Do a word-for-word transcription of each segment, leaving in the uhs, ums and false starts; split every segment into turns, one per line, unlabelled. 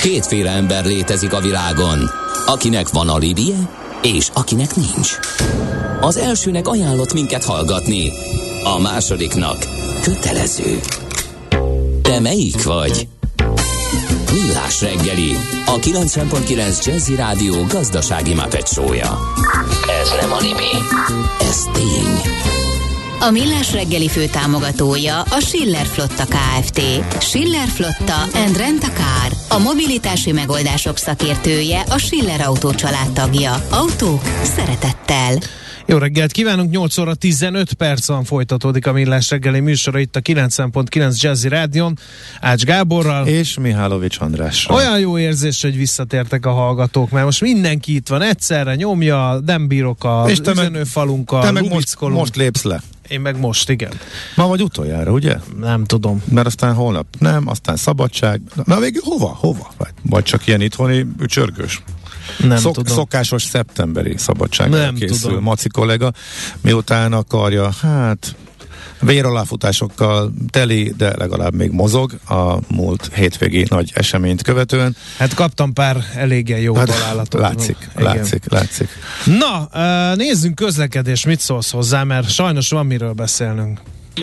Kétféle ember létezik a világon, akinek van alibije, és akinek nincs. Az elsőnek ajánlott minket hallgatni, a másodiknak kötelező. Te melyik vagy? Millás reggeli, a kilencven pont kilenc Jazzy Rádió gazdasági Muppet show-ja. Ez nem anime, ez tény.
A Millás reggeli főtámogatója a Schiller Flotta Kft. Schiller Flotta and Rent a Car. A mobilitási megoldások szakértője, a Schiller Autó család tagja. Autók szeretettel.
Jó reggelt kívánunk, nyolc óra tizenöt percen folytatódik a Millás reggeli műsora itt a kilencven pont kilenc Jazzy Rádion, Ács Gáborral
és Mihálovics Andrással.
Olyan jó érzés, hogy visszatértek a hallgatók, mert most mindenki itt van egyszerre, nyomja, nem bírok a üzenőfalunkkal,
te meg most, most lépsz le.
Én meg most, igen.
Ma vagy utoljára, ugye?
Nem tudom.
Mert aztán holnap nem, aztán szabadság. Na végül hova? Hova? Vagy, vagy csak ilyen itthoni csörgős?
Nem
Szok,
tudom.
Szokásos szeptemberi szabadságra
Nem
készül
tudom.
Maci kollega, miután akarja, hát véraláfutásokkal teli, de legalább még mozog a múlt hétvégi nagy eseményt követően.
Hát kaptam pár eléggé jó
hát,
találatot.
Látszik,
Igen.
látszik, látszik.
Na, nézzünk közlekedés, mit szólsz hozzá, mert sajnos van miről beszélnünk.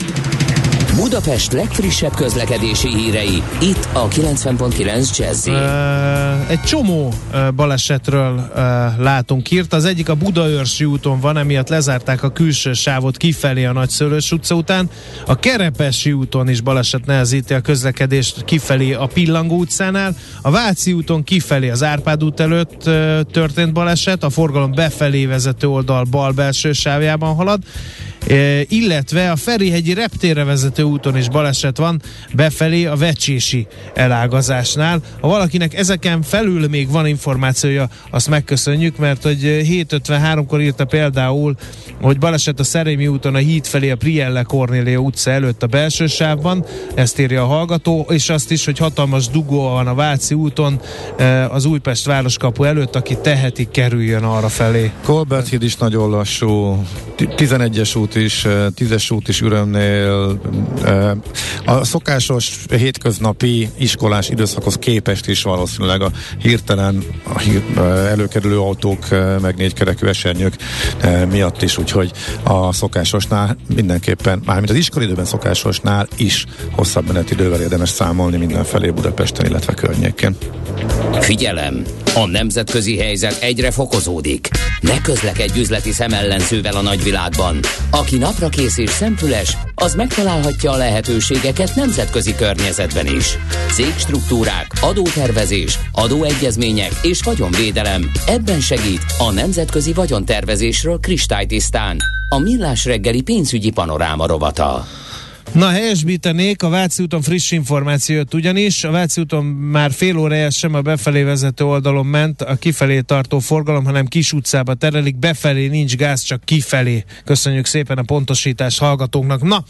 Budapest legfrissebb közlekedési hírei, itt a kilencven pont kilenc Jazzy.
Uh, egy csomó uh, balesetről uh, látunk hírt. Az egyik a Budaörsi úton van, emiatt lezárták a külső sávot kifelé a Nagyszőlős utca után. A Kerepesi úton is baleset nehezíti a közlekedést kifelé a Pillangó utcánál. A Váci úton kifelé az Árpád út előtt uh, történt baleset, a forgalom befelé vezető oldal bal belső sávjában halad. E, illetve a Ferihegyi reptérre vezető úton is baleset van befelé a Vecsési elágazásnál. Ha valakinek ezeken felül még van információja, azt megköszönjük, mert hogy hét ötvenháromkor írta például, hogy baleset a Szerémi úton a híd felé a Prielle Kornélia utca előtt a belső sávban, ezt írja a hallgató, és azt is, hogy hatalmas dugó van a Váci úton az Újpest városkapu előtt, aki teheti, kerüljön arra felé.
Kolbert híd is nagyon lassú, tizenegyes út is, tízes út is Ürömnél. A szokásos hétköznapi iskolás időszakhoz képest is valószínűleg a hirtelen a hír, előkerülő autók, meg négykerekű esernyők miatt is, úgyhogy a szokásosnál mindenképpen, mármint az iskolaidőben szokásosnál is hosszabb menetidővel érdemes számolni mindenfelé Budapesten, illetve környékén.
Figyelem! A nemzetközi helyzet egyre fokozódik. Ne közlekedj üzleti szemellenzővel a nagyvilágban. Aki naprakész és szemfüles, az megtalálhatja a lehetőségeket nemzetközi környezetben is. Cégstruktúrák, adótervezés, adóegyezmények és vagyonvédelem. Ebben segít a Nemzetközi Vagyontervezésről kristálytisztán. A Millás reggeli pénzügyi panoráma rovata.
Na, helyesbítenék, a Váci úton friss információ jött ugyanis, a Váci úton már fél órája sem a befelé vezető oldalon ment a kifelé tartó forgalom, hanem Kis utcába terelik, befelé nincs gáz, csak kifelé. Köszönjük szépen a pontosítást hallgatóknak. Na,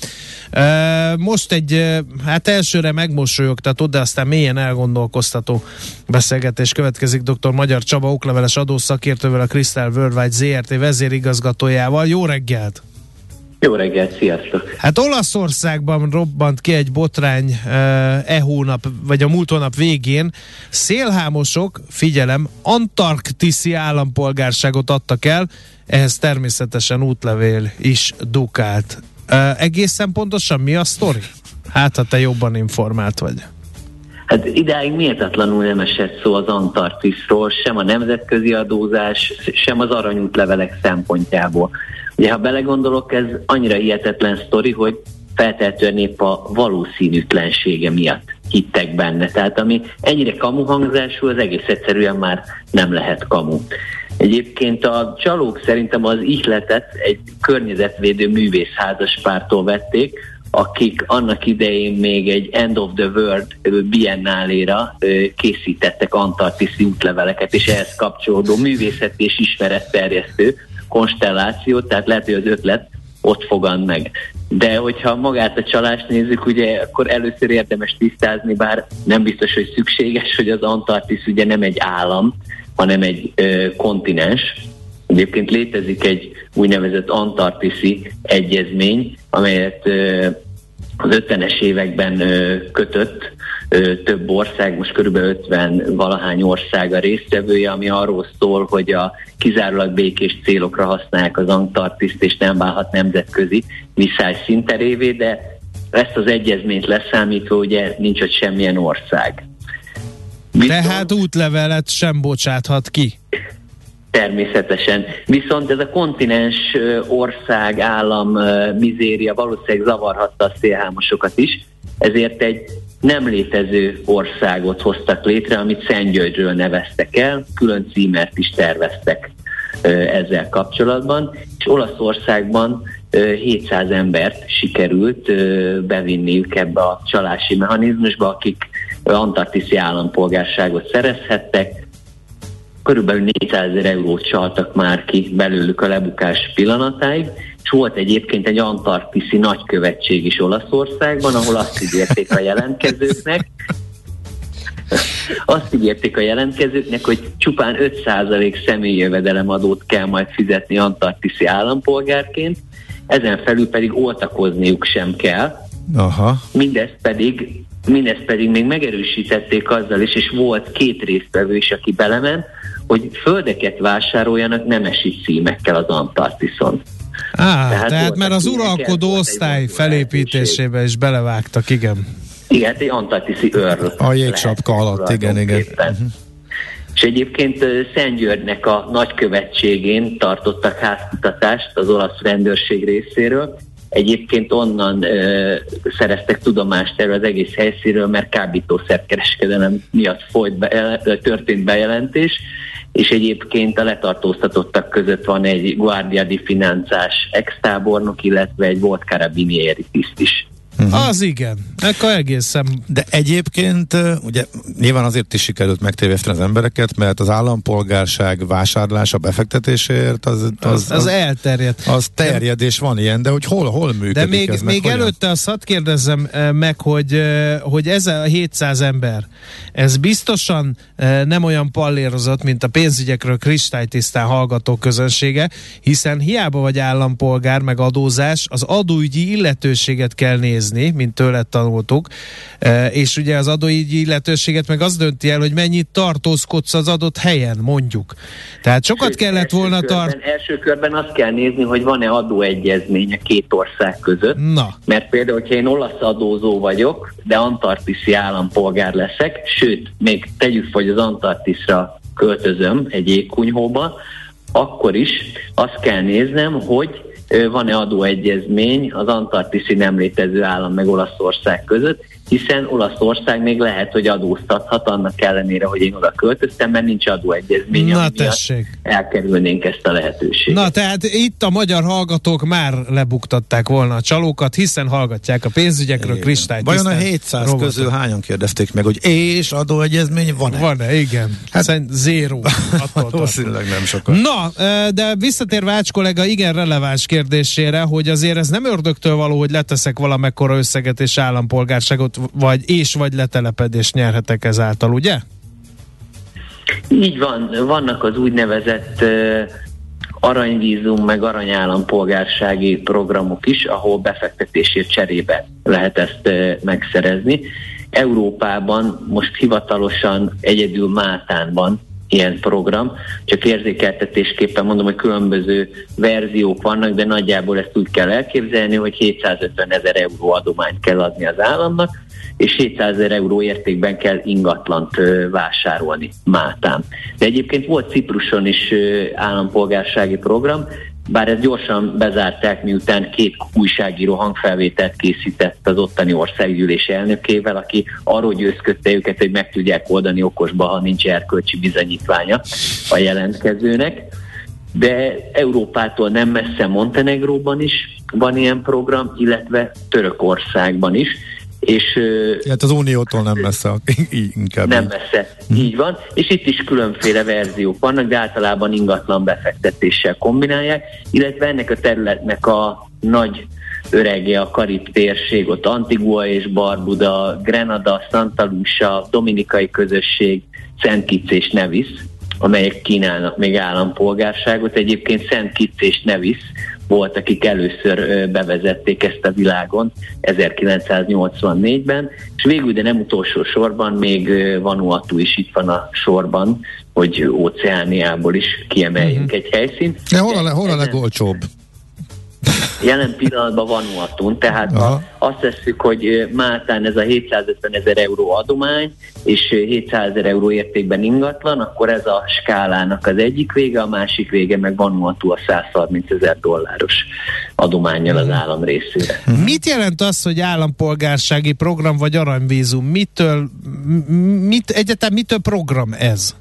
e, most egy, hát elsőre megmosolyogtató, de aztán mélyen elgondolkoztató beszélgetés következik dr. Magyar Csaba okleveles adószakértővel, a Crystal Worldwide zé er té vezérigazgatójával. Jó reggelt!
Jó reggelt, sziasztok!
Hát Olaszországban robbant ki egy botrány e hónap, vagy a múlt hónap végén. Szélhámosok, figyelem, antarktiszi állampolgárságot adtak el, ehhez természetesen útlevél is dukált. E, egészen pontosan mi a sztori? Hát, ha te jobban informált vagy.
Hát idáig méltatlanul nem esett szó az Antarktiszról, sem a nemzetközi adózás, sem az aranyútlevelek szempontjából. Ugye, ha belegondolok, ez annyira hihetetlen sztori, hogy feltehetően épp a valószínűtlensége miatt hittek benne. Tehát ami ennyire kamu hangzású, az egész egyszerűen már nem lehet kamu. Egyébként a csalók szerintem az ihletet egy környezetvédő művészházaspártól vették, akik annak idején még egy End of the World biennáléra készítettek antarktiszi útleveleket, és ehhez kapcsolódó művészet és ismeretterjesztő konstellációt, tehát lehet, hogy az ötlet ott fogant meg. De hogyha magát a csalást nézzük, ugye, akkor először érdemes tisztázni, bár nem biztos, hogy szükséges, hogy az Antarktisz ugye nem egy állam, hanem egy ö, kontinens. Egyébként létezik egy úgynevezett antarktiszi egyezmény, amelyet ö, az ötvenes években ö, kötött ö, több ország, most körülbelül ötven valahány ország a résztvevője, ami arról szól, hogy a kizárólag békés célokra használják az Antarktiszt, és nem válhat nemzetközi viszály színterévé, de ezt az egyezményt leszámítva ugye nincs ott semmilyen ország.
Viszont, tehát útlevelet sem bocsáthat ki.
Természetesen. Viszont ez a kontinens ország, állam mizéria valószínűleg zavarhatta a szélhámosokat is, ezért egy nem létező országot hoztak létre, amit Szentgyörgyről neveztek el, külön címert is terveztek ezzel kapcsolatban, és Olaszországban hétszáz embert sikerült bevinniük ebbe a csalási mechanizmusba, akik antarktiszi állampolgárságot szerezhettek. Körülbelül négyszázezer eurót csaltak már ki belőlük a lebukás pillanatáig, és volt egyébként egy antarktiszi nagykövetség is Olaszországban, ahol azt ígérték a jelentkezőknek, azt ígérték a jelentkezőknek, hogy csupán öt százalék személyi jövedelemadót kell majd fizetni antarktiszi állampolgárként, ezen felül pedig oltakozniuk sem kell.
Aha.
Mindezt pedig, mindezt pedig még megerősítették azzal is, és volt két résztvevő is, aki belement, hogy földeket vásároljanak nemesi címekkel az Antarktiszon.
Á, tehát, tehát mert az uralkodó osztály felépítésébe is belevágtak, igen.
Igen, egy antarktiszi őrl.
A jégsapka alatt, igen, igen. Uh-huh.
És egyébként Szentgyörgynek a nagykövetségén tartottak házkutatást az olasz rendőrség részéről. Egyébként onnan ö, szereztek tudomást erről az egész helyszínről, mert kábítószerkereskedelem miatt folyt be, történt bejelentés, és egyébként a letartóztatottak között van egy Guardia di Finanzás ex-tábornok, illetve egy volt karabinieri tiszt is.
Uh-huh. Az igen, ekkor egészen.
De egyébként ugye nyilván azért is sikerült megtéveszteni az embereket, mert az állampolgárság vásárlása befektetésért az, az,
az, az, az elterjedt.
Az terjed, és van ilyen, de hogy hol, hol működik
de még,
ez?
még előtte azt hadd kérdezzem meg, hogy, hogy ez a hétszáz ember, ez biztosan nem olyan pallérozott, mint a pénzügyekről kristálytisztán hallgató közönsége, hiszen hiába vagy állampolgár, meg adózás, az adóügyi illetőséget kell nézni, mint tőled tanultuk, e, és ugye az adóügyi illetőséget meg az dönti el, hogy mennyit tartózkodsz az adott helyen, mondjuk. Tehát sokat Sőt, kellett volna tartani.
Első körben azt kell nézni, hogy van-e adóegyezmény a két ország között. Na. Mert például, hogyha én olasz adózó vagyok, de antarktiszi állampolgár leszek, sőt, még tegyük, hogy az Antarktiszra költözöm egy jégkunyhóba, akkor is azt kell néznem, hogy van-e adóegyezmény az antarktiszi nem létező állam meg Olaszország között, hiszen Olaszország még lehet, hogy adóztathat, annak ellenére, hogy én oda költöztem, mert nincs adóegyezmény,
Na,
ami
tessék.
miatt elkerülnénk ezt a lehetőséget.
Na, tehát itt a magyar hallgatók már lebuktatták volna a csalókat, hiszen hallgatják a pénzügyekről kristálytisztán.
Vajon a hétszáz robotot közül hányan kérdezték meg, hogy és adóegyezmény van-e?
Van-e, igen. Hát Szerint zéró.
Valószínűleg nem sokat.
Na, de visszatérve Ács kollega igen releváns kérdésére, hogy azért ez nem ördögtől való, hogy leteszek valamekkora összeget és állampolgárságot, vagy és vagy letelepedést nyerhetek ezáltal, ugye?
Így van, vannak az úgynevezett uh, aranyvízum meg aranyállampolgársági programok is, ahol befektetésért cserébe lehet ezt uh, megszerezni. Európában most hivatalosan egyedül Máltán van ilyen program, csak érzékeltetésképpen mondom, hogy különböző verziók vannak, de nagyjából ezt úgy kell elképzelni, hogy hétszázötven ezer euró adományt kell adni az államnak, és hétszázezer euró értékben kell ingatlant ö, vásárolni Máltán. De egyébként volt Cipruson is ö, állampolgársági program, bár ezt gyorsan bezárták, miután két újságíró hangfelvételt készített az ottani országgyűlés elnökével, aki arról győzködte őket, hogy meg tudják oldani okosba, ha nincs erkölcsi bizonyítványa a jelentkezőnek. De Európától nem messze Montenegróban is van ilyen program, illetve Törökországban is. És,
hát az Uniótól nem messze, inkább.
Nem messze, hm. így van. És itt is különféle verziók vannak, de általában ingatlan befektetéssel kombinálják, illetve ennek a területnek a nagy öregje a Karib térség, ott Antigua és Barbuda, Grenada, Santa Lucia, Dominikai közösség, Szent Kitts és Nevis, amelyek kínálnak még állampolgárságot. Egyébként Szent Kitts és Nevis volt, akik először bevezették ezt a világon ezerkilencszáznyolcvannégyben, és végül, de nem utolsó sorban még Vanuatu is itt van a sorban, hogy Óceániából is kiemeljünk uh-huh. egy helyszínt.
De hol a, hol a legolcsóbb?
Jelen pillanatban Vanuatun, tehát ha azt tesszük, hogy Máltán ez a hétszázötven ezer euró adomány, és hétszázezer euró értékben ingatlan, akkor ez a skálának az egyik vége, a másik vége meg Vanuatu a százharminc ezer dolláros adománnyal az állam részére.
Mit jelent az, hogy állampolgársági program vagy aranyvízum? Mitől, mit, egyáltalán mitől program ez?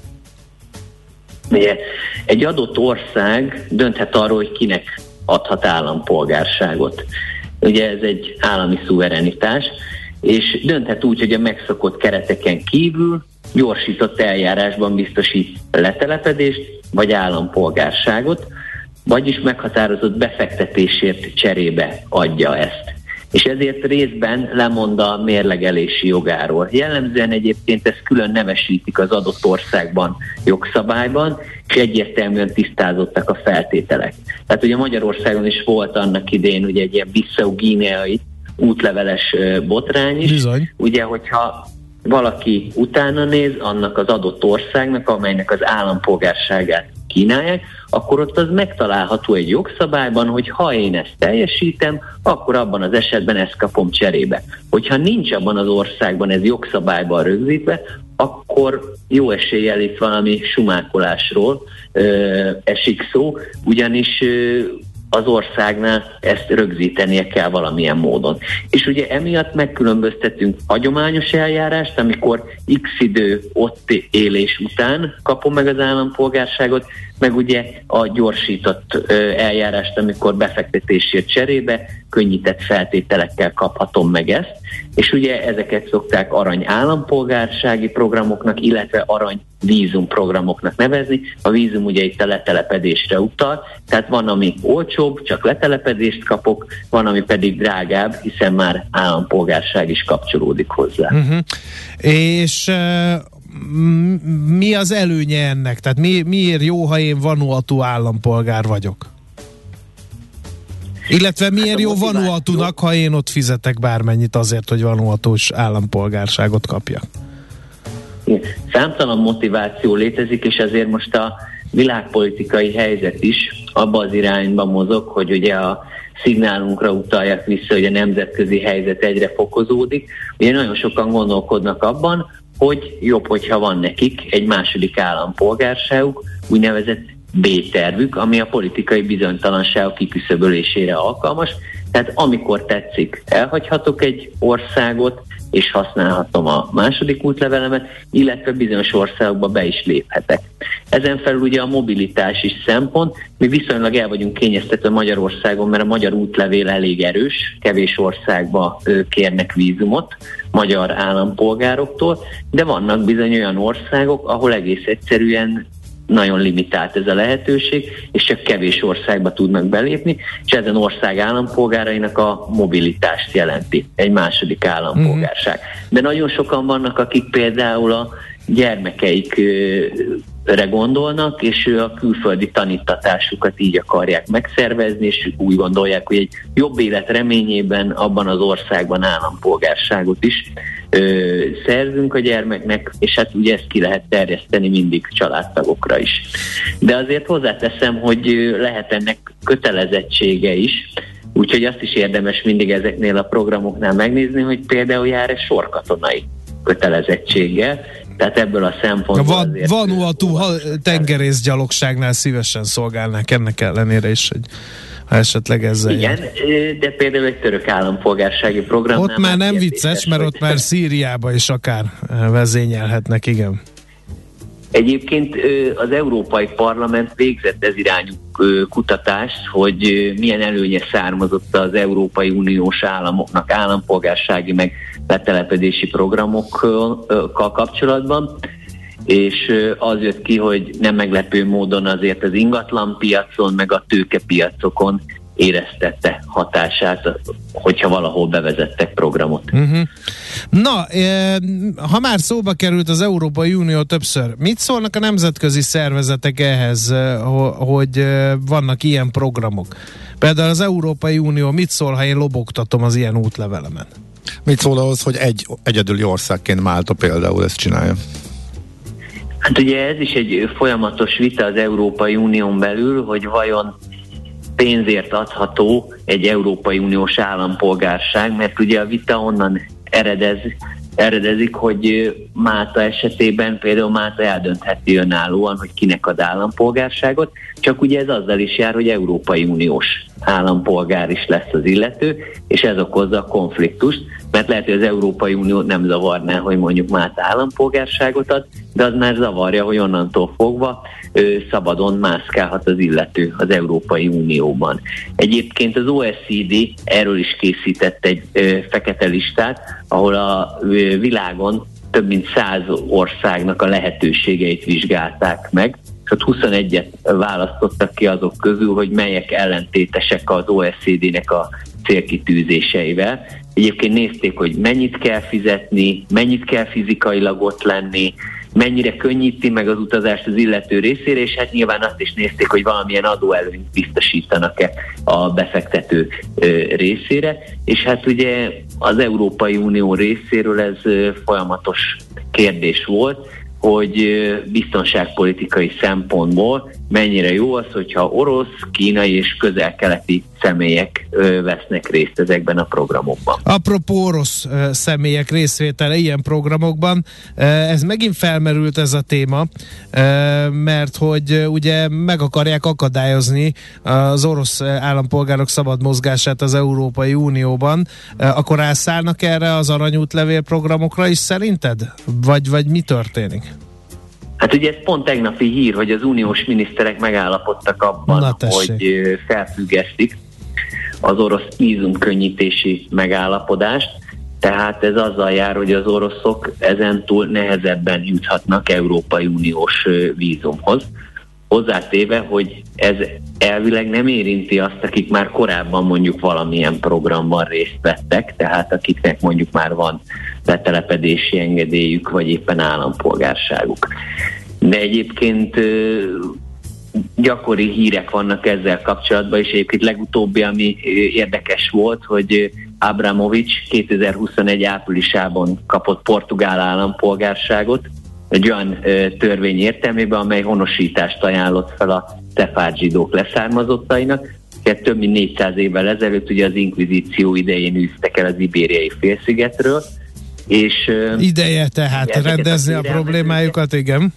Ugye, egy adott ország dönthet arról, hogy kinek adhat állampolgárságot. Ugye ez egy állami szuverenitás, és dönthet úgy, hogy a megszokott kereteken kívül gyorsított eljárásban biztosít letelepedést, vagy állampolgárságot, vagyis meghatározott befektetésért cserébe adja ezt. És ezért részben lemond a mérlegelési jogáról. Jellemzően egyébként ezt külön nevesítik az adott országban jogszabályban, és egyértelműen tisztázottak a feltételek. Tehát ugye Magyarországon is volt annak idén ugye egy ilyen Bissau-Guineai útleveles botrány is.
Bizony.
Ugye, hogyha valaki utána néz annak az adott országnak, amelynek az állampolgárságát kínálják, akkor ott az megtalálható egy jogszabályban, hogy ha én ezt teljesítem, akkor abban az esetben ezt kapom cserébe. Hogyha nincs abban az országban ez jogszabályban rögzítve, akkor jó eséllyel itt valami sumákolásról ö, esik szó, ugyanis ö, az országnál ezt rögzítenie kell valamilyen módon. És ugye emiatt megkülönböztetünk hagyományos eljárást, amikor x idő ott élés után kapom meg az állampolgárságot, meg ugye a gyorsított eljárást, amikor befektetésért cserébe könnyített feltételekkel kaphatom meg ezt, és ugye ezeket szokták arany állampolgársági programoknak, illetve arany vízumprogramoknak nevezni. A vízum ugye itt a letelepedésre utal, tehát van, ami olcsóbb, csak letelepedést kapok, van, ami pedig drágább, hiszen már állampolgárság is kapcsolódik hozzá.
Uh-huh. És uh, mi az előnye ennek? Tehát mi, miért jó, ha én Vanuatu állampolgár vagyok? Illetve miért hát jó Vanuatunak, ha én ott fizetek bármennyit azért, hogy Vanuatús állampolgárságot kapjak?
Számtalan motiváció létezik, és azért most a világpolitikai helyzet is abba az irányba mozog, hogy ugye a szignálunkra utaljak vissza, hogy a nemzetközi helyzet egyre fokozódik. Ugye nagyon sokan gondolkodnak abban, hogy jobb, hogyha van nekik egy második állampolgárságuk, úgynevezett B-tervük, ami a politikai bizonytalanság kiküszöbölésére alkalmas. Tehát amikor tetszik, elhagyhatok egy országot, és használhatom a második útlevelemet, illetve bizonyos országokba be is léphetek. Ezen felül ugye a mobilitás is szempont. Mi viszonylag el vagyunk kényeztetve Magyarországon, mert a magyar útlevél elég erős, kevés országba kérnek vízumot magyar állampolgároktól, de vannak bizony olyan országok, ahol egész egyszerűen nagyon limitált ez a lehetőség, és csak kevés országba tudnak belépni, és ezen ország állampolgárainak a mobilitást jelenti, egy második állampolgárság. De nagyon sokan vannak, akik például a gyermekeikre gondolnak, és a külföldi tanítatásukat így akarják megszervezni, és úgy gondolják, hogy egy jobb élet reményében abban az országban állampolgárságot is ö, szerzünk a gyermeknek, és hát ugye ezt ki lehet terjeszteni mindig családtagokra is. De azért hozzáteszem, hogy lehet ennek kötelezettsége is, úgyhogy azt is érdemes mindig ezeknél a programoknál megnézni, hogy például jár-e sorkatonai kötelezettséggel, tehát ebből a szempontból
van, azért... Vanuatu tengerészgyalogságnál szívesen szolgálnák ennek ellenére is, hogy ha esetleg ezzel...
Igen, jön. De például egy török állampolgársági program...
Ott már nem vicces, mert ott már Szíriába is akár vezényelhetnek, igen.
Egyébként az Európai Parlament végzett ez irányú kutatást, hogy milyen előnye származott az Európai Uniós államoknak állampolgársági meg letelepedési programokkal kapcsolatban, és az jött ki, hogy nem meglepő módon azért az ingatlanpiacon meg a tőkepiacokon éreztette hatását, hogyha valahol bevezettek programot.
Uh-huh. Na, e, ha már szóba került az Európai Unió többször, mit szólnak a nemzetközi szervezetek ehhez, hogy vannak ilyen programok? Például az Európai Unió mit szól, ha én lobogtatom az ilyen útlevelemen?
Mit szól ahhoz, hogy egy egyedüli országként Málta például ezt csinálja?
Hát ugye ez is egy folyamatos vita az Európai Unión belül, hogy vajon pénzért adható egy Európai Uniós állampolgárság, mert ugye a vita onnan eredez, eredezik, hogy Málta esetében például Málta eldöntheti önállóan, hogy kinek ad állampolgárságot, csak ugye ez azzal is jár, hogy Európai Uniós állampolgár is lesz az illető, és ez okozza a konfliktust, mert lehet, hogy az Európai Unió nem zavarná, hogy mondjuk Málta állampolgárságot ad, de az már zavarja, hogy onnantól fogva ő, szabadon mászkálhat az illető az Európai Unióban. Egyébként az o e cé dé erről is készített egy ö, fekete listát, ahol a ö, világon több mint száz országnak a lehetőségeit vizsgálták meg, és ott huszonegyet választottak ki azok közül, hogy melyek ellentétesek az o e cé dé-nek a célkitűzéseivel. Egyébként nézték, hogy mennyit kell fizetni, mennyit kell fizikailag ott lenni, mennyire könnyíti meg az utazást az illető részére, és hát nyilván azt is nézték, hogy valamilyen adóelőnyt biztosítanak-e a befektető részére, és hát ugye az Európai Unió részéről ez folyamatos kérdés volt, hogy biztonságpolitikai szempontból mennyire jó az, hogyha orosz, kínai és közel-keleti személyek ö, vesznek részt ezekben a programokban.
Apropó orosz ö, személyek részvétele ilyen programokban, ö, ez megint felmerült ez a téma, ö, mert hogy ö, ugye meg akarják akadályozni az orosz állampolgárok szabad mozgását az Európai Unióban. Ö, akkor rászállnak erre az aranyútlevél programokra is szerinted? Vagy, vagy mi történik?
Hát ugye ez pont tegnapi hír, hogy az uniós miniszterek megállapodtak abban, hogy felfüggesztik az orosz vízumkönnyítési megállapodást, tehát ez azzal jár, hogy az oroszok ezentúl nehezebben juthatnak Európai Uniós vízumhoz. Hozzátéve, hogy ez elvileg nem érinti azt, akik már korábban mondjuk valamilyen programban részt vettek, tehát akiknek mondjuk már van letelepedési engedélyük, vagy éppen állampolgárságuk. De egyébként gyakori hírek vannak ezzel kapcsolatban, és egyébként legutóbbi, ami érdekes volt, hogy Abramovics kétezer-huszonegy áprilisában kapott portugál állampolgárságot, egy olyan ö, törvény értelmében, amely honosítást ajánlott fel a szefárd zsidók leszármazottainak. Több mint négyszáz évvel ezelőtt ugye az inkvizíció idején űztek el az Ibériai félszigetről. És, ö,
ideje tehát rendezni a, a problémájukat, igen.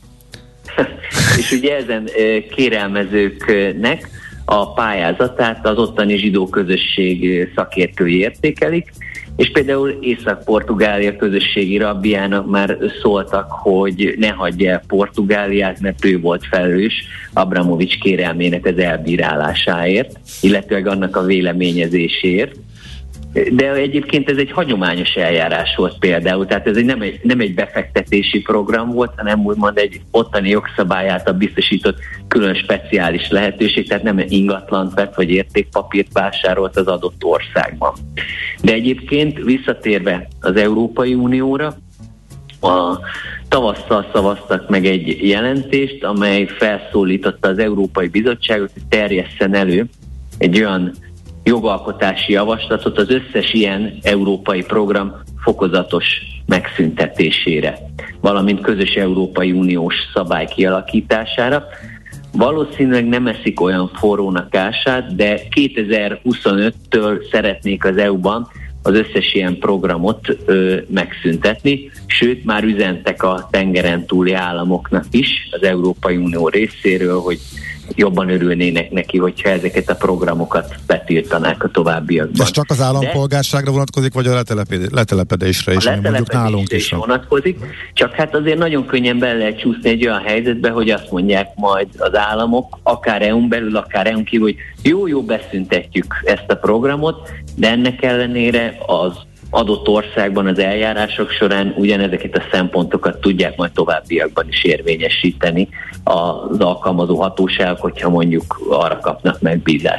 És ugye ezen ö, kérelmezőknek a pályázatát az ottani zsidó közösség szakértői értékelik, és például Észak-Portugália közösségi rabbiának már szóltak, hogy ne hagyja el Portugáliát, mert ő volt felelős Abramovics kérelmének az elbírálásáért, illetőleg annak a véleményezéséért. De egyébként ez egy hagyományos eljárás volt például, tehát ez egy nem, egy, nem egy befektetési program volt, hanem úgymond egy ottani jogszabály által biztosított külön speciális lehetőség, tehát nem ingatlant vett vagy értékpapírt vásárolt az adott országban. De egyébként visszatérve az Európai Unióra, a tavasszal szavaztak meg egy jelentést, amely felszólította az Európai Bizottságot, hogy terjesszen elő egy olyan jogalkotási javaslatot az összes ilyen európai program fokozatos megszüntetésére, valamint közös Európai Uniós szabály kialakítására. Valószínűleg nem eszik olyan forrónak ását, de kétezer-huszonöttől szeretnék az é u-ban az összes ilyen programot ö, megszüntetni, sőt már üzentek a tengeren túli államoknak is az Európai Unió részéről, hogy jobban örülnének neki, hogyha ezeket a programokat betiltanák a továbbiakban.
Ez csak az állampolgárságra vonatkozik, vagy a letelepedésre, letelepedésre is,
a
mondjuk nálunk is
vonatkozik, csak hát azért nagyon könnyen bele lehet csúszni egy olyan helyzetbe, hogy azt mondják majd az államok, akár é u-n belül, akár é u-n kívül, hogy jó-jó beszüntetjük ezt a programot, de ennek ellenére az adott országban az eljárások során ugyanezeket a szempontokat tudják majd továbbiakban is érvényesíteni az alkalmazó hatóságok, hogyha mondjuk arra kapnak megbízást.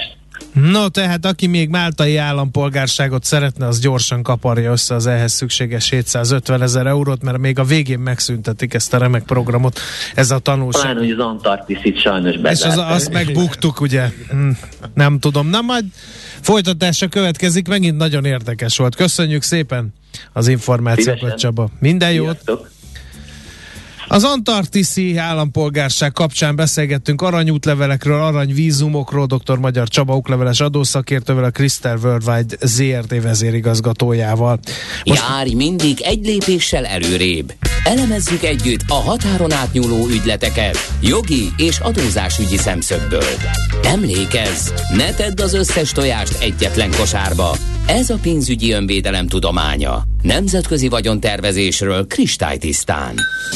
No, tehát aki még máltai állampolgárságot szeretne, az gyorsan kaparja össze az ehhez szükséges hétszázötven ezer eurót, mert még a végén megszüntetik ezt a remek programot. Ez a tanulság.
Talán, hogy az Antarktiszit sajnos bezárták.
És az, azt megbuktuk, ugye? Hm, nem tudom. Na, majd folytatása következik, megint nagyon érdekes volt. Köszönjük szépen az információkat, Csaba. Minden jót!
Sziasztok.
Az antarktiszi állampolgárság kapcsán beszélgettünk aranyútlevelekről, aranyvízumokról, dr. Magyar Csaba okleveles adószakértővel, a Crystal Worldwide zé er té vezérigazgatójával.
Most... Járj mindig egy lépéssel előrébb. Elemezzük együtt a határon átnyúló ügyleteket jogi és adózásügyi szemszögből. Emlékezz, ne tedd az összes tojást egyetlen kosárba. Ez a pénzügyi önvédelem tudománya. Nemzetközi vagyontervezésről kristálytisztán.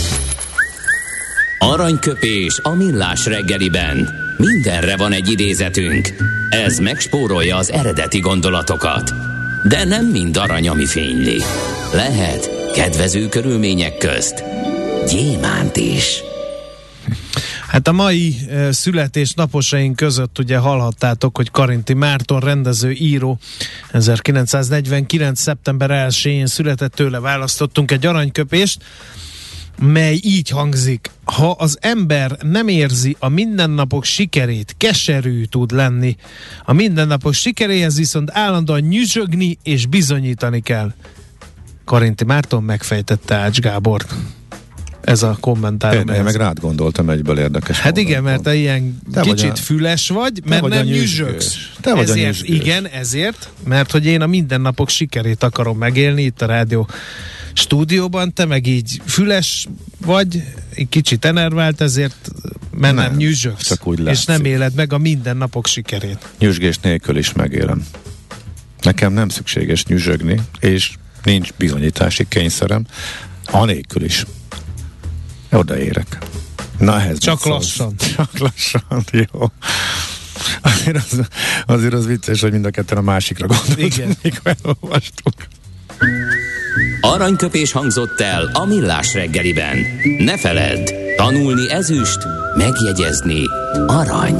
Aranyköpés a millás reggeliben. Mindenre van egy idézetünk. Ez megspórolja az eredeti gondolatokat. De nem mind arany, ami fényli. Lehet kedvező körülmények közt gyémánt is.
Hát a mai e, születésnaposaink között ugye hallhattátok, hogy Karinti Márton rendező, író ezerkilencszáznegyvenkilenc. szeptember elsején született, tőle választottunk egy aranyköpést, mely így hangzik: ha az ember nem érzi a mindennapok sikerét, keserű tud lenni. A mindennapok sikeréhez viszont állandóan nyüzsögni és bizonyítani kell. Karinti Márton megfejtette Ács Gábort. Ez a kommentárom.
Én, én meg rád gondoltam egyből, érdekes.
Hát igen, mert te ilyen
te
kicsit
vagy a,
füles vagy, mert
vagy
nem nyüzsögsz.
Te vagy
ezért,
a nyüzsgős.
Igen, ezért, mert hogy én a mindennapok sikerét akarom megélni itt a rádió stúdióban, te meg így füles vagy, egy kicsit enervált, ezért mert nem, nem nyüzsögsz.
Csak úgy
és nem éled meg a mindennapok sikerét.
Nyüzsgés nélkül is megélem. Nekem nem szükséges nyüzsögni, és nincs bizonyítási kényszerem, anélkül is odaérek. Na, ehhez
Csak lassan.
Csak lassan, jó. Azért az, azért az vicces, hogy mind a ketten a másikra gondoltunk, mikor elolvastuk.
Aranyköpés hangzott el a millás reggeliben. Ne feledd, tanulni ezüst, megjegyezni arany.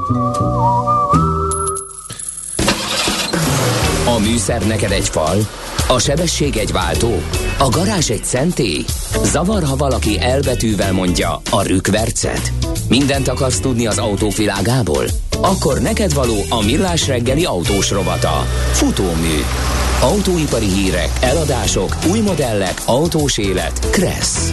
A műszer neked egy fal, a sebesség egy váltó, a garázs egy szentély. Zavar, ha valaki elbetűvel mondja a rükvercet. Mindent akarsz tudni az autók világából? Akkor neked való a millás reggeli autós rovata. Futómű. Autóipari hírek, eladások, új modellek, autós élet. Kressz.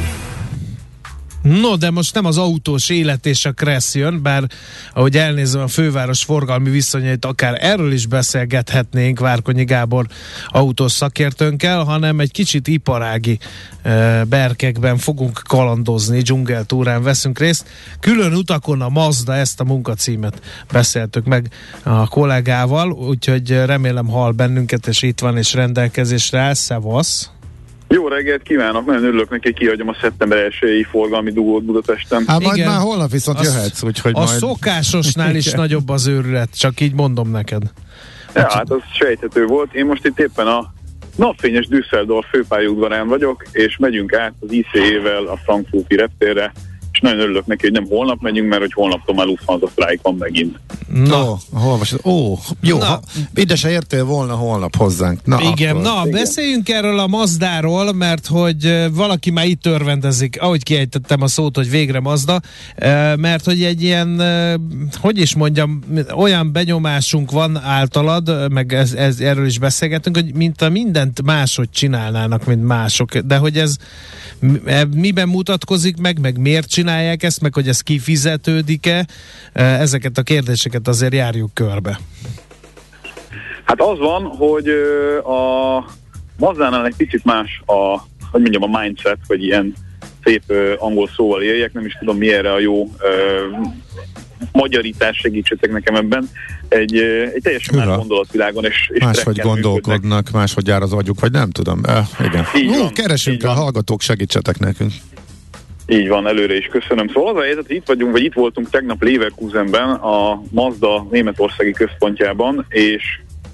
No, de most nem az autós élet és a Kressz jön, bár ahogy elnézem a főváros forgalmi viszonyait, akár erről is beszélgethetnénk Várkonyi Gábor autós szakértőnkkel, hanem egy kicsit iparági e, berkekben fogunk kalandozni, dzsungeltúrán veszünk részt. Külön utakon a Mazda, ezt a munkacímet beszéltük meg a kollégával, úgyhogy remélem hall bennünket, és itt van és rendelkezésre áll. Szevasz!
Jó reggelt kívánok, nagyon örülök neki, hogy kihagyom a szeptember elsői forgalmi dugót Budapesten.
Hát majd már holnap viszont
az,
jöhetsz, úgyhogy
a
majd...
A szokásosnál is nagyobb az őrület, csak így mondom neked.
Ja, Úgy, hát az sejthető volt. Én most itt éppen a napfényes Düsseldorf főpályaudvarán vagyok, és megyünk át az i cé é-vel a frankfurti reptérre, és nagyon örülök neki, hogy nem holnap megyünk, mert hogy holnaptól már Lufthansa sztrájk van megint.
Na,
oh, hol vas, ó, jó,
na.
Ha, ide se értél volna holnap hozzánk. Na,
igen,
akkor.
na,
igen.
Beszéljünk erről a Mazdáról, mert hogy valaki már itt örvendezik, ahogy kiejtettem a szót, hogy végre Mazda, mert hogy egy ilyen, hogy is mondjam, olyan benyomásunk van általad, meg ez, ez, erről is beszélgetünk, hogy mint a mindent máshogy csinálnának, mint mások, de hogy ez miben mutatkozik meg, meg miért csinálják ezt, meg hogy ez kifizetődik-e, ezeket a kérdéseket azért járjuk körbe.
Hát az van, hogy a Mazdánál egy picit más a, hogy mondjam, a mindset, vagy ilyen szép angol szóval éljek, nem is tudom mi erre a jó magyarítás, segítsetek nekem ebben. Egy, egy teljesen más gondolatvilágon, és, és
máshogy gondolkodnak, működnek. Máshogy jár az agyuk, vagy nem tudom. Eh, igen.
Így
Hú,
van,
keresünk a hallgatók, segítsetek nekünk.
Így van, előre is köszönöm. Szóval az a helyzet, hogy itt vagyunk, vagy itt voltunk tegnap Leverkusenben, a Mazda németországi központjában, és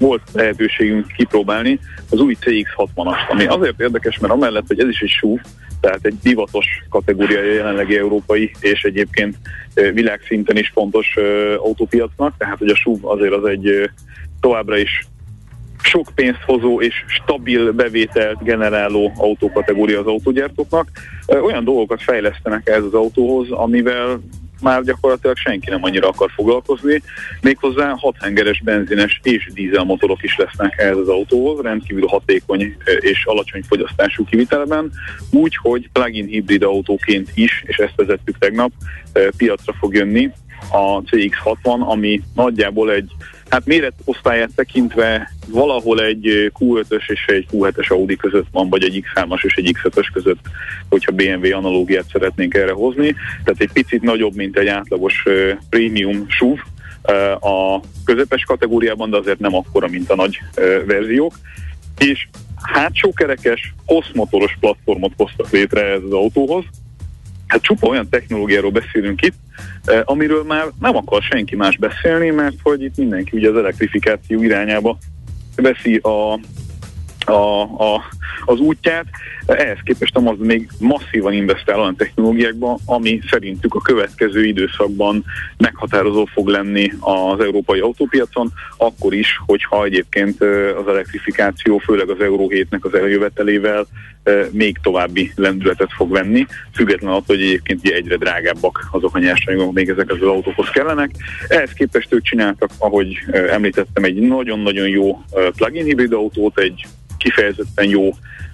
volt lehetőségünk kipróbálni az új cé iksz hatvanast, ami azért érdekes, mert amellett, hogy ez is egy es u vé, tehát egy divatos kategóriája jelenlegi európai, és egyébként világszinten is fontos autópiacnak, tehát hogy a es u vé azért az egy továbbra is sok pénzt hozó és stabil bevételt generáló autókategória az autógyártóknak. Olyan dolgokat fejlesztenek ez az autóhoz, amivel már gyakorlatilag senki nem annyira akar foglalkozni, méghozzá hathengeres benzines és dízelmotorok is lesznek ehhez az autóhoz, rendkívül hatékony és alacsony fogyasztású kivitelben, úgyhogy plug-in hibrid autóként is, és ezt vezettük tegnap, piacra fog jönni a cé iksz hatvan, ami nagyjából egy, hát méretosztályát tekintve valahol egy kú ötös és egy kú hetes Audi között van, vagy egy iksz hármas és egy iksz ötös között, hogyha bé em vé analógiát szeretnénk erre hozni. Tehát egy picit nagyobb, mint egy átlagos uh, prémium es u vé uh, a közepes kategóriában, de azért nem akkora, mint a nagy uh, verziók. És hátsókerekes, hosszmotoros platformot hoztak létre ez az autóhoz. Hát csupa olyan technológiáról beszélünk itt, amiről már nem akar senki más beszélni, mert hogy itt mindenki ugye az elektrifikáció irányába veszi a, a, a, az útját. Ehhez képest a Mazda még masszívan investál olyan technológiákba, ami szerintük a következő időszakban meghatározó fog lenni az európai autópiacon, akkor is, hogyha egyébként az elektrifikáció, főleg az Euro hétnek az eljövetelével még további lendületet fog venni, függetlenül attól, hogy egyébként egyre drágábbak azok a nyersanyagok, még ezek az autókhoz kellenek. Ehhez képest ők csináltak, ahogy említettem, egy nagyon-nagyon jó plug-in hibrid autót, egy kifejezetten jó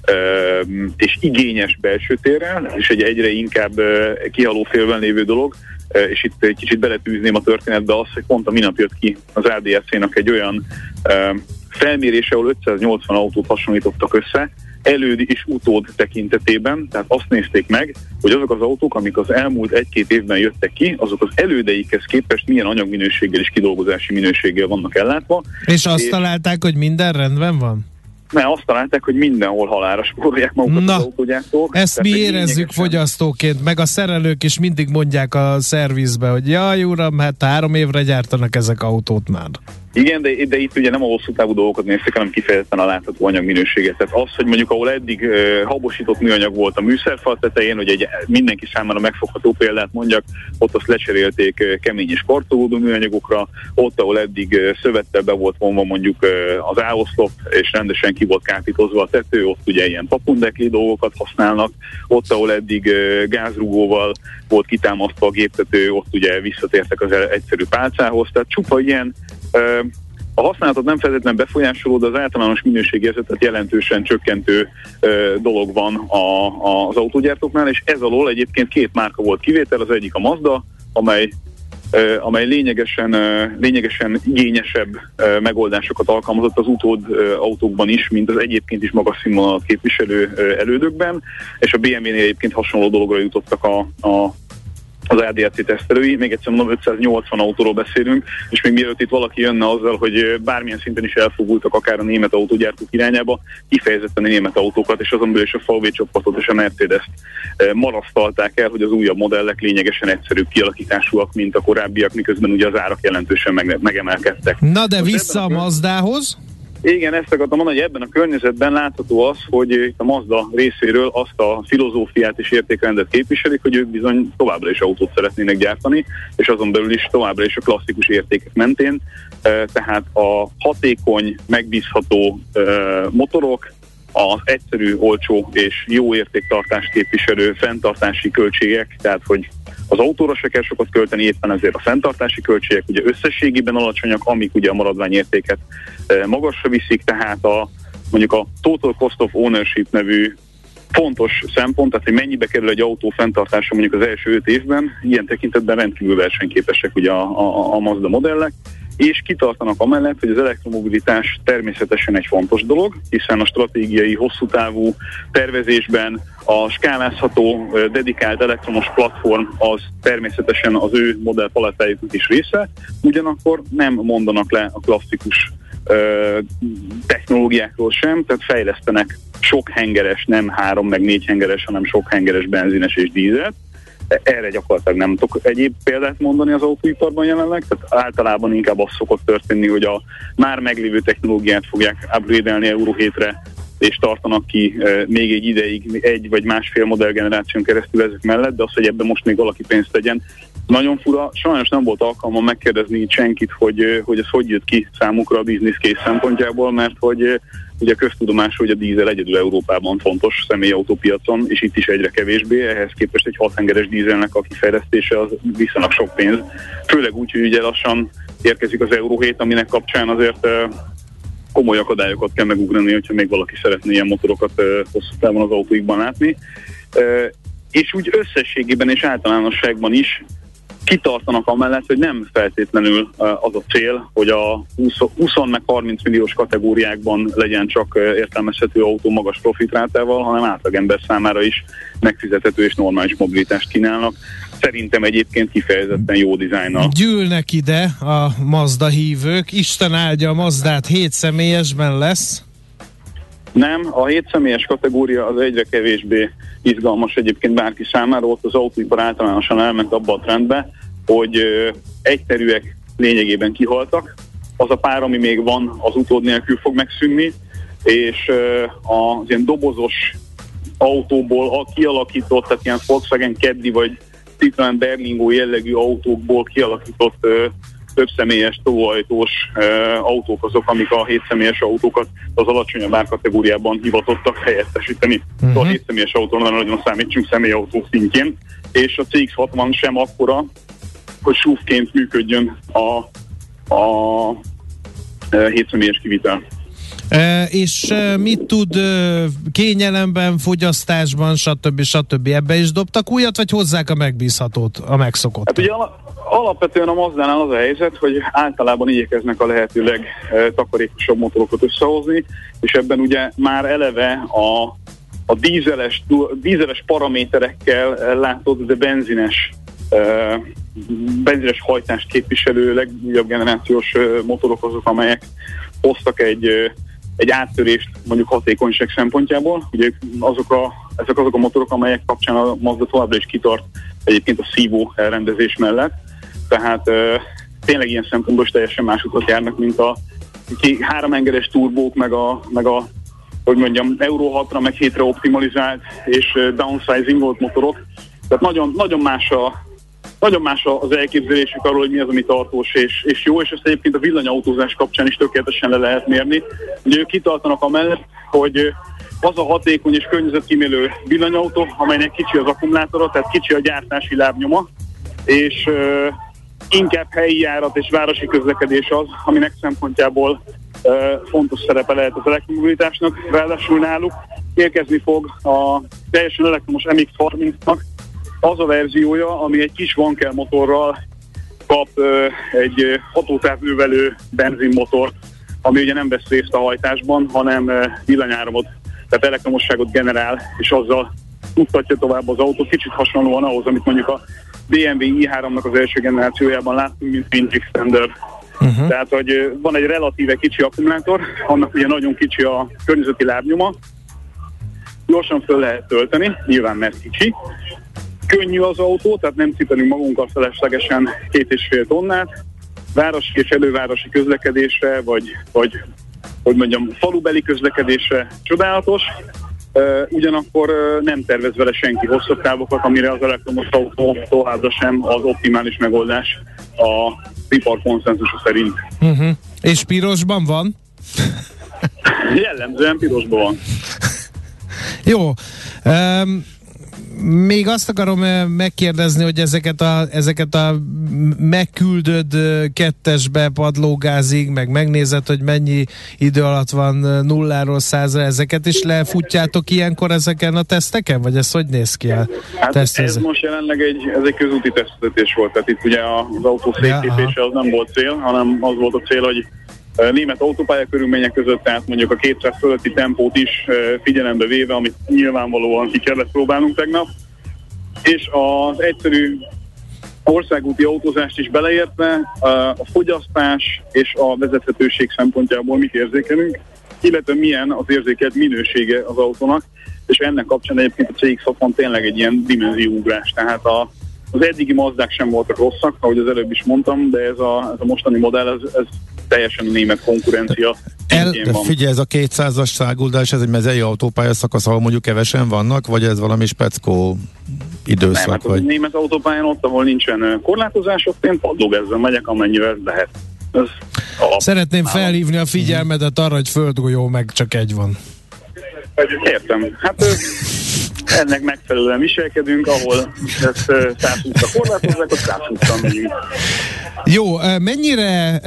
és igényes belső térrel, és egy egyre inkább kihaló félben lévő dolog, és itt egy kicsit beletűzném a történetbe azt, hogy pont a minap jött ki az á dé es cé-nak egy olyan felmérése, ahol ötszáznyolcvan autót hasonlítottak össze, előd és utód tekintetében, tehát azt nézték meg, hogy azok az autók, amik az elmúlt egy-két évben jöttek ki, azok az elődeikhez képest milyen anyagminőséggel és kidolgozási minőséggel vannak ellátva.
És azt és találták, hogy minden rendben van?
Ne, azt találták, hogy mindenhol halálra spórolják magukat
Na,
az autógyártók.
ezt mi érezzük fogyasztóként, meg a szerelők is mindig mondják a szervizbe, hogy jaj uram, hát három évre gyártanak ezek autót már.
Igen, de, de itt ugye nem a hosszú távú dolgokat néztek, hanem kifejezetten a látható anyagminőséget. Tehát az, hogy mondjuk ahol eddig uh, habosított műanyag volt a műszerfal tetején, hogy egy mindenki számára megfogható példát mondjak, ott azt lecserélték uh, kemény és karcolódó műanyagokra, ott, ahol eddig uh, szövettel be volt vonva mondjuk uh, az áoszlop, és rendesen ki volt kápítozva a tető, ott ugye ilyen papundekli dolgokat használnak, ott, ahol eddig uh, gázrugóval volt kitámasztva a géptető, ott ugye visszatértek az egyszerű pálcához, tehát csupa ilyen a használatot nem feltétlenül befolyásoló, de az általános minőségérzetet jelentősen csökkentő dolog van a, a, az autógyártóknál, és ez alól egyébként két márka volt kivétel, az egyik a Mazda, amely, amely lényegesen, lényegesen igényesebb megoldásokat alkalmazott az utód autókban is, mint az egyébként is magas színvonalat képviselő elődökben, és a bé em vé-nél egyébként hasonló dologra jutottak a, a az á dé es cé tesztelői, még egyszer mondom, ötszáznyolcvan autóról beszélünk, és még mielőtt itt valaki jönne azzal, hogy bármilyen szinten is elfogultak akár a német autógyártók irányába, kifejezetten a német autókat, és azon belül is a ef vé csapatot és a Mercedes-t marasztalták el, hogy az újabb modellek lényegesen egyszerűbb kialakításúak, mint a korábbiak, miközben ugye az árak jelentősen meg, megemelkedtek.
Na de most vissza a Mazdához?
Igen, ezt akartam mondani, hogy ebben a környezetben látható az, hogy itt a Mazda részéről azt a filozófiát és értékrendet képviselik, hogy ők bizony továbbra is autót szeretnének gyártani, és azon belül is továbbra is a klasszikus értékek mentén, tehát a hatékony, megbízható motorok, az egyszerű, olcsó és jó értéktartást képviselő fenntartási költségek, tehát hogy az autóra se kell sokat költeni, éppen ezért a fenntartási költségek ugye összességében alacsonyak, amik ugye a maradványértéket magasra viszik, tehát a, mondjuk a Total Cost of Ownership nevű fontos szempont, tehát hogy mennyibe kerül egy autó fenntartása mondjuk az első öt évben, ilyen tekintetben rendkívül versenyképesek ugye a, a, a Mazda modellek, és kitartanak amellett, hogy az elektromobilitás természetesen egy fontos dolog, hiszen a stratégiai, hosszú távú tervezésben a skálázható, dedikált elektromos platform az természetesen az ő modellpalettájuknak is része, ugyanakkor nem mondanak le a klasszikus ö, technológiákról sem, tehát fejlesztenek sok hengeres, nem három meg négy hengeres, hanem sok hengeres benzines és dízelt, erre gyakorlatilag nem tudok egyéb példát mondani az autóiparban jelenleg, tehát általában inkább az szokott történni, hogy a már meglévő technológiát fogják upgrade-elni Euro hétre, és tartanak ki e, még egy ideig, egy vagy másfél modellgeneráción keresztül ezek mellett, de az, hogy ebben most még valaki pénzt tegyen, nagyon fura. Sajnos nem volt alkalmam megkérdezni senkit, hogy, hogy ez hogy jött ki számukra a business case szempontjából, mert hogy ugye köztudomás, hogy a dízel egyedül Európában fontos személyautópiacon, és itt is egyre kevésbé, ehhez képest egy hathengeres dízelnek a kifejlesztése az viszonylag sok pénz. Főleg úgy, hogy ugye lassan érkezik az Euro hét, aminek kapcsán azért komoly akadályokat kell megugrani, hogyha még valaki szeretne ilyen motorokat hosszú távon az autóikban látni. És úgy összességében és általánosságban is kitartanak amellett, hogy nem feltétlenül az a cél, hogy a húsz meg harminc milliós kategóriákban legyen csak értelmezhető autó magas profitrátával, hanem átlagember számára is megfizethető és normális mobilitást kínálnak. Szerintem egyébként kifejezetten jó dizájnnal.
Gyűlnek ide a Mazda hívők, Isten áldja a Mazdát, hét személyesben lesz.
Nem, a hét személyes kategória az egyre kevésbé izgalmas egyébként bárki számára, ott az autóipar általánosan elment abba a trendbe, hogy ö, egyterűek lényegében kihaltak, az a pár, ami még van, az utód nélkül fog megszűnni, és ö, az ilyen dobozos autóból a kialakított, tehát ilyen Volkswagen Caddy vagy Citroen Berlingo jellegű autókból kialakított ö, több személyes tóajtós e, autók azok, amik a hét személyes autókat az alacsonyabb árkategóriában hivatottak helyettesíteni. Uh-huh. A hét személyes autónál nagyon számítsunk személyautó szintjén, és a cé iksz hatvan sem akkora, hogy súfként működjön a, a e, hét személyes kivitel.
E, és e, mit tud e, kényelemben, fogyasztásban, stb. stb. Ebbe is dobtak újat, vagy hozzák a megbízhatót, a megszokottat?
Hát ugye alapvetően a Mazdánál az a helyzet, hogy általában igyekeznek a lehető legtakarékosabb motorokat összehozni, és ebben ugye már eleve a, a dízeles, dízeles paraméterekkel látott, de benzines, uh, benzines hajtást képviselő legújabb generációs uh, motorok azok, amelyek hoztak egy, uh, egy áttörést mondjuk hatékonyság szempontjából. Ugye azok a, ezek azok a motorok, amelyek kapcsán a Mazda továbbra is kitart egyébként a szívó elrendezés mellett. Tehát uh, tényleg ilyen szempontból is teljesen más utat járnak, mint a háromengeres turbók, meg a, meg a hogy mondjam, Euro hatra, meg hétre optimalizált és uh, downsizing volt motorok. Tehát nagyon, nagyon más a Nagyon más az elképzelésük arról, hogy mi az, ami tartós és, és jó, és ezt egyébként a villanyautózás kapcsán is tökéletesen le lehet mérni. Ugye ők kitartanak amellett, hogy az a hatékony és környezetkímélő villanyautó, amelynek kicsi az akkumulátora, tehát kicsi a gyártási lábnyoma, és uh, inkább helyi járat és városi közlekedés az, aminek szempontjából uh, fontos szerepe lehet az elektromobilitásnak. Ráadásul náluk érkezni fog a teljesen elektromos em iksz harmincnak az a verziója, ami egy kis vankel motorral kap uh, egy uh, hatótávnövelő benzinmotort, ami ugye nem vesz részt a hajtásban, hanem uh, villanyáramot, tehát elektromosságot generál, és azzal futtatja tovább az autót. Kicsit hasonlóan ahhoz, amit mondjuk a bé em vé i háromnak az első generációjában láttunk, mint Wintrix Standard. Uh-huh. Tehát, hogy uh, van egy relatíve kicsi akkumulátor, annak ugye nagyon kicsi a környezeti lábnyoma, gyorsan föl lehet tölteni, nyilván mert kicsi. Könnyű az autó, tehát nem cipelünk magunkkal feleslegesen két és fél tonnát. Városi és elővárosi közlekedésre, vagy, vagy hogy mondjam, falubeli közlekedésre csodálatos. Uh, ugyanakkor uh, nem tervez vele senki hosszabb távokat, amire az elektromos autó továbbra sem az optimális megoldás a ipar konszenzusa szerint.
Uh-huh. És pirosban van?
Jellemzően pirosban van.
Jó. Um, még azt akarom megkérdezni, hogy ezeket a, ezeket a megküldöd kettesbe padlógázig, meg megnézed, hogy mennyi idő alatt van nulláról százra, ezeket is lefutjátok ilyenkor ezeken a teszteken? Vagy ez hogy néz ki a
hát
teszt?
Ez most jelenleg egy, ez egy közúti tesztetés volt, tehát itt ugye az autó szétképése az nem volt cél, hanem az volt a cél, hogy német autópálya körülmények között, tehát mondjuk a kétszáz fölötti tempót is figyelembe véve, amit nyilvánvalóan ki kellett próbálnunk tegnap, és az egyszerű országúti autózást is beleértve a fogyasztás és a vezethetőség szempontjából mit érzékelünk, illetve milyen az érzékelt minősége az autónak. és ennek kapcsán egyébként a cé iksz hatvan tényleg egy ilyen dimenzióugrás, tehát a, az eddigi Mazdák sem voltak rosszak, ahogy az előbb is mondtam, de ez a, ez a mostani modell, ez, ez teljesen német konkurencia.
El, figyelj, ez a kétszázas száguldás, ez egy mezei autópálya szakasz, ahol mondjuk kevesen vannak, vagy ez valami speckó időszak?
Nem, hát
vagy?
a német autópályán ott, ahol nincsen korlátozások, én padlógezzel megyek, amennyivel lehet. Ez
Szeretném felhívni a figyelmedet arra, hogy földgolyó meg csak egy van.
Értem. Hát ennek megfelelően viselkedünk, ahol ezt száz húszra korlátozzák, ott száz húszra megyünk.
Jó, mennyire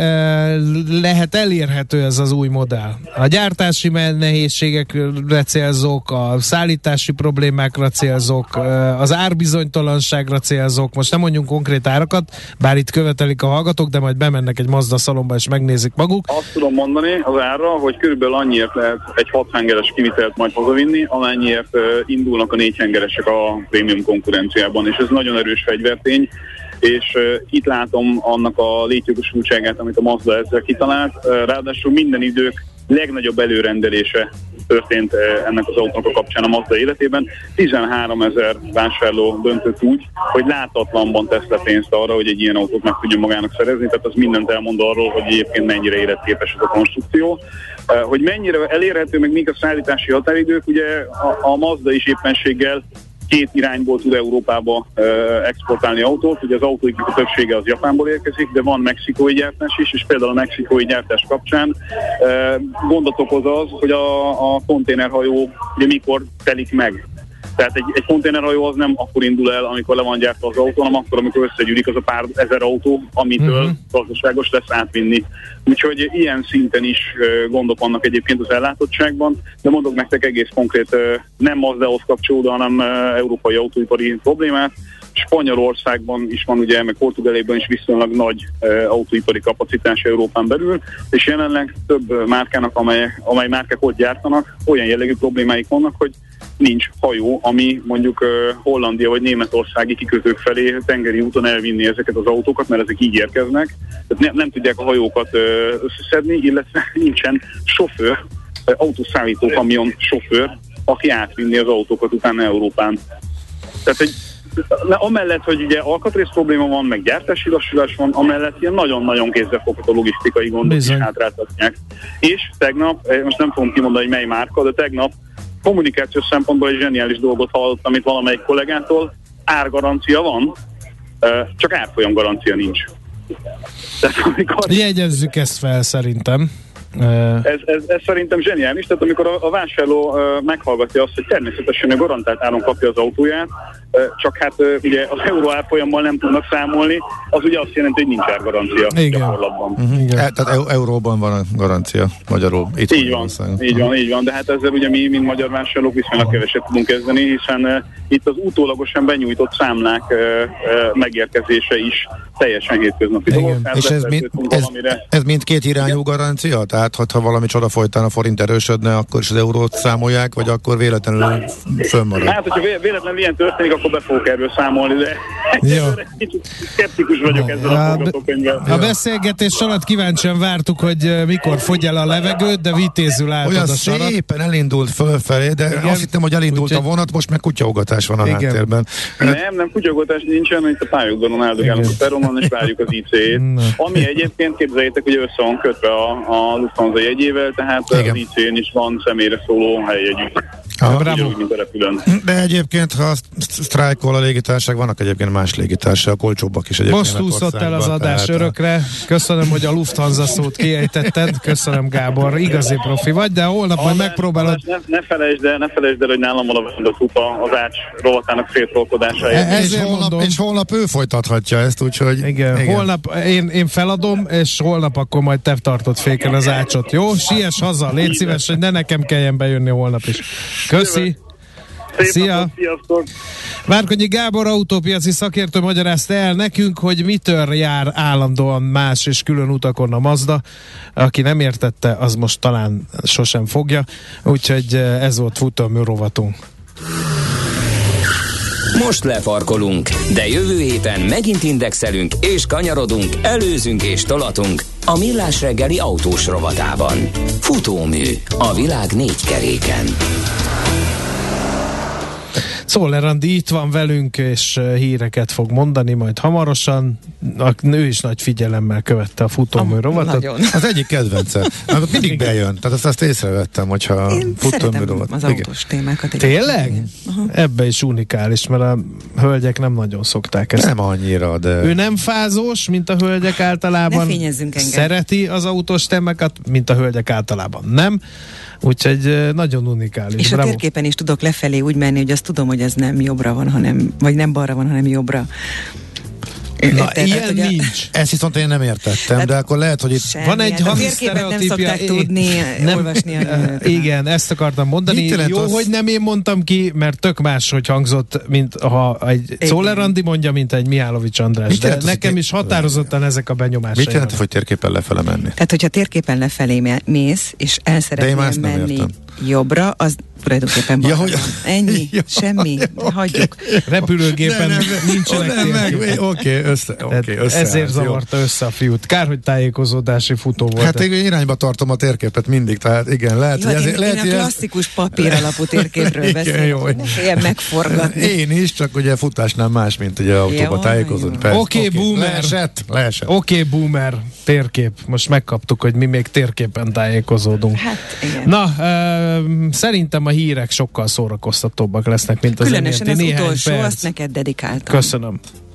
lehet elérhető ez az új modell? A gyártási nehézségekre célzók, a szállítási problémákra célzók, az árbizonytalanságra célzók, most nem mondjunk konkrét árakat, bár itt követelik a hallgatók, de majd bemennek egy Mazda szalomba és megnézik maguk.
Azt tudom mondani az árra, hogy körülbelül annyiért lehet egy hat hengeres kivitelt majd hazavinni, amennyiért indulnak a négy hengeresek a prémium konkurenciában, és ez nagyon erős fegyvertény, és uh, itt látom annak a létjogosultságát, amit a Mazda ezzel kitalált. Uh, ráadásul minden idők legnagyobb előrendelése történt uh, ennek az autónak a kapcsán a Mazda életében. tizenháromezer vásárló döntött úgy, hogy láthatatlanban tesz le pénzt arra, hogy egy ilyen autót meg tudjon magának szerezni, tehát az mindent elmond arról, hogy egyébként mennyire életképes ez a konstrukció. Uh, hogy mennyire elérhető, meg mik a szállítási határidők, ugye a, a Mazda is éppenséggel két irányból tud Európába uh, exportálni autót. Ugye az autóik a többsége az Japánból érkezik, de van mexikói gyártás is, és például a mexikói gyártás kapcsán uh, gondot okoz az, hogy a, a konténerhajó ugye mikor telik meg. Tehát egy, egy konténerhajó az nem akkor indul el, amikor le van gyártva az autó, hanem akkor, amikor összegyűlik az a pár ezer autó, amitől uh-huh. gazdaságos lesz átvinni. Úgyhogy ilyen szinten is uh, gondok vannak egyébként az ellátottságban, de mondok nektek egész konkrét, uh, nem Mazdához kapcsolódó, hanem uh, európai autóipari problémát. Spanyolországban is van, ugye, meg Portugáliában is viszonylag nagy uh, autóipari kapacitás Európán belül, és jelenleg több márkának, amely, amely márkák ott gyártanak, olyan jellegű problémáik vannak, hogy nincs hajó, ami mondjuk uh, Hollandia vagy Németországi kikötők felé tengeri úton elvinni ezeket az autókat, mert ezek így érkeznek. Tehát ne, nem tudják a hajókat uh, összeszedni, illetve nincsen sofőr, uh, autószállító kamion sofőr, aki átvinni az autókat utána Európán. Tehát egy amellett, hogy ugye alkatrész probléma van, meg gyártási lassulás van, amellett ilyen nagyon-nagyon kézzelfogható logisztikai gondok is hátráltatják. És tegnap, most nem fogom kimondani, hogy mely márka, de tegnap kommunikációs szempontból egy zseniális dolgot hallottam itt valamelyik kollégától, árgarancia van, csak árfolyam garancia nincs. Tehát, amikor...
Jegyezzük ezt fel szerintem.
Ez, ez, ez szerintem zseniális, tehát amikor a, a vásárló uh, meghallgatja azt, hogy természetesen a garantált áron kapja az autóját, uh, csak hát uh, ugye az euró árfolyammal nem tudnak számolni, az ugye azt jelenti, hogy nincs árgarancia gyakorlatban.
Uh-huh. Igen.
E, tehát e- euróban van a garancia, magyarul. Itt
így van, így van, így van, de hát ezzel ugye mi, mint magyar vásárlók viszonylag keveset tudunk kezdeni, hiszen uh, itt az utólagosan benyújtott számlák uh, uh, megérkezése is teljesen hétköznapi dolog.
És ez, mind, ez, ez mindkét irányú garancia? Tehát, ha valami csoda folytán a forint erősödne, akkor is az eurót számolják, vagy akkor véletlenül fönnmarad?
Hát, hogyha véletlenül ilyen történik, akkor be fogok erről számolni, de kicsit szkeptikus vagyok ezzel a, a forgatókönyvvel.
A beszélgetés alatt kíváncsian vártuk, hogy mikor fogy el a levegőt, de vitézül álltad
olyan
a sarat.
Szépen elindult fölfelé, de igen. Azt hittem, hogy elindult Úgy, a vonat, most meg kutyaugatás van a igen. háttérben.
Nem, nem kutyaugatás nincsen, itt a pályaudvaron áldogálunk a peronon, és várjuk az í cé ét. Ami egyébként képzeljétek, hogy össze van kötve a, a Lufthansa jegyével, tehát igen. az í cé-n is van személyre szóló helyjegyük.
Ah,
de egyébként, ha sztrájkol a légitársaság, vannak egyébként más légitársaságok, olcsóbbak is egyébként.
Most úszott el az adás örökre. Köszönöm, hogy a Lufthansa szót kiejtetted. Köszönöm, Gábor. Igazi profi vagy, de holnap a majd megpróbálod.
Ne, ne felejtsd el, ne felejtsd el, hogy nálam van a vendő kupa az ács rovatának szétrolkodásáért.
És, holnap, és holnap ő folytathatja ezt, úgyhogy...
Igen, igen. Holnap én, én feladom, és holnap akkor majd te tartod féken az ácsot. Jó? Siess haza, légy szíves, hogy ne nekem kelljen bejönni holnap is. Köszi! Szia! Várkonyi Gábor autópiaci szakértő magyarázta el nekünk, hogy mitől jár állandóan más és külön utakon a Mazda. Aki nem értette, az most talán sosem fogja. Úgyhogy ez volt futamű rovatunk.
Most lefarkolunk, de jövő héten megint indexelünk és kanyarodunk, előzünk és tolatunk a Millás reggeli autós rovatában. Futómű a világ négy keréken.
Czoller Andi itt van velünk, és híreket fog mondani majd hamarosan. A nő is nagy figyelemmel követte a futómű rovatot.
Az egyik kedvence. Mert mindig bejön. Tehát azt, azt észrevettem, hogyha futómű rovat.
Az autós témákat.
Tényleg? Uh-huh. Ebbe is unikális, mert a hölgyek nem nagyon szokták ezt.
Nem annyira, de...
Ő nem fázós, mint a hölgyek általában.
Ne fényezzünk engem.
Szereti az autós témákat, mint a hölgyek általában nem. Úgyhogy nagyon unikális.
És
Bravo.
A térképen is tudok lefelé úgy menni, hogy azt tudom, hogy ez nem jobbra van, hanem, vagy nem balra van, hanem jobbra.
Na,
Te,
ilyen
tehát,
nincs.
Ezt viszont én nem értettem, hát, de akkor lehet, hogy itt
semmi,
van egy
hát
hamis
térképet nem
sztereotípia.
szokták tudni
nem,
olvasni. A
igen, ezt akartam mondani. Jó,
az...
hogy nem én mondtam ki, mert tök más, hogy hangzott, mint ha egy Czoller Andi mondja, mint egy Mihálovics András. Mit de nekem is határozottan ezek a benyomásaim.
Mit jelent, hogy térképen lefele menni?
Tehát, hogyha térképen lefelé mész, és el szeretnél menni jobbra, az tulajdonképpen balra.
Ja, hogy...
Ennyi,
ja,
semmi,
okay.
hagyjuk.
Repülőgépen ne, ne,
nincsenek
térképen.
Oké, össze, okay, össze.
Ezért zavarta össze a fiút. Kár, hogy tájékozódási futó volt.
Hát én irányba tartom a térképet mindig, tehát igen, lehet,
jó,
hogy
én,
lehet,
én a klasszikus papír alapú térképről beszélek, ne féljen megforgatni.
Én is, csak ugye futásnál más, mint ugye autóba tájékozódni.
Oké, okay, okay, boomer.
Leesett, leesett.
Oké, okay, boomer, térkép. Most megkaptuk, hogy mi még térképen tájékozódunk.
Hát, igen.
Na, uh, szerintem a hírek sokkal szórakoztatóbbak lesznek, mint az
különösen az
néhány
utolsó,
perc.
azt neked dedikáltam.
Köszönöm.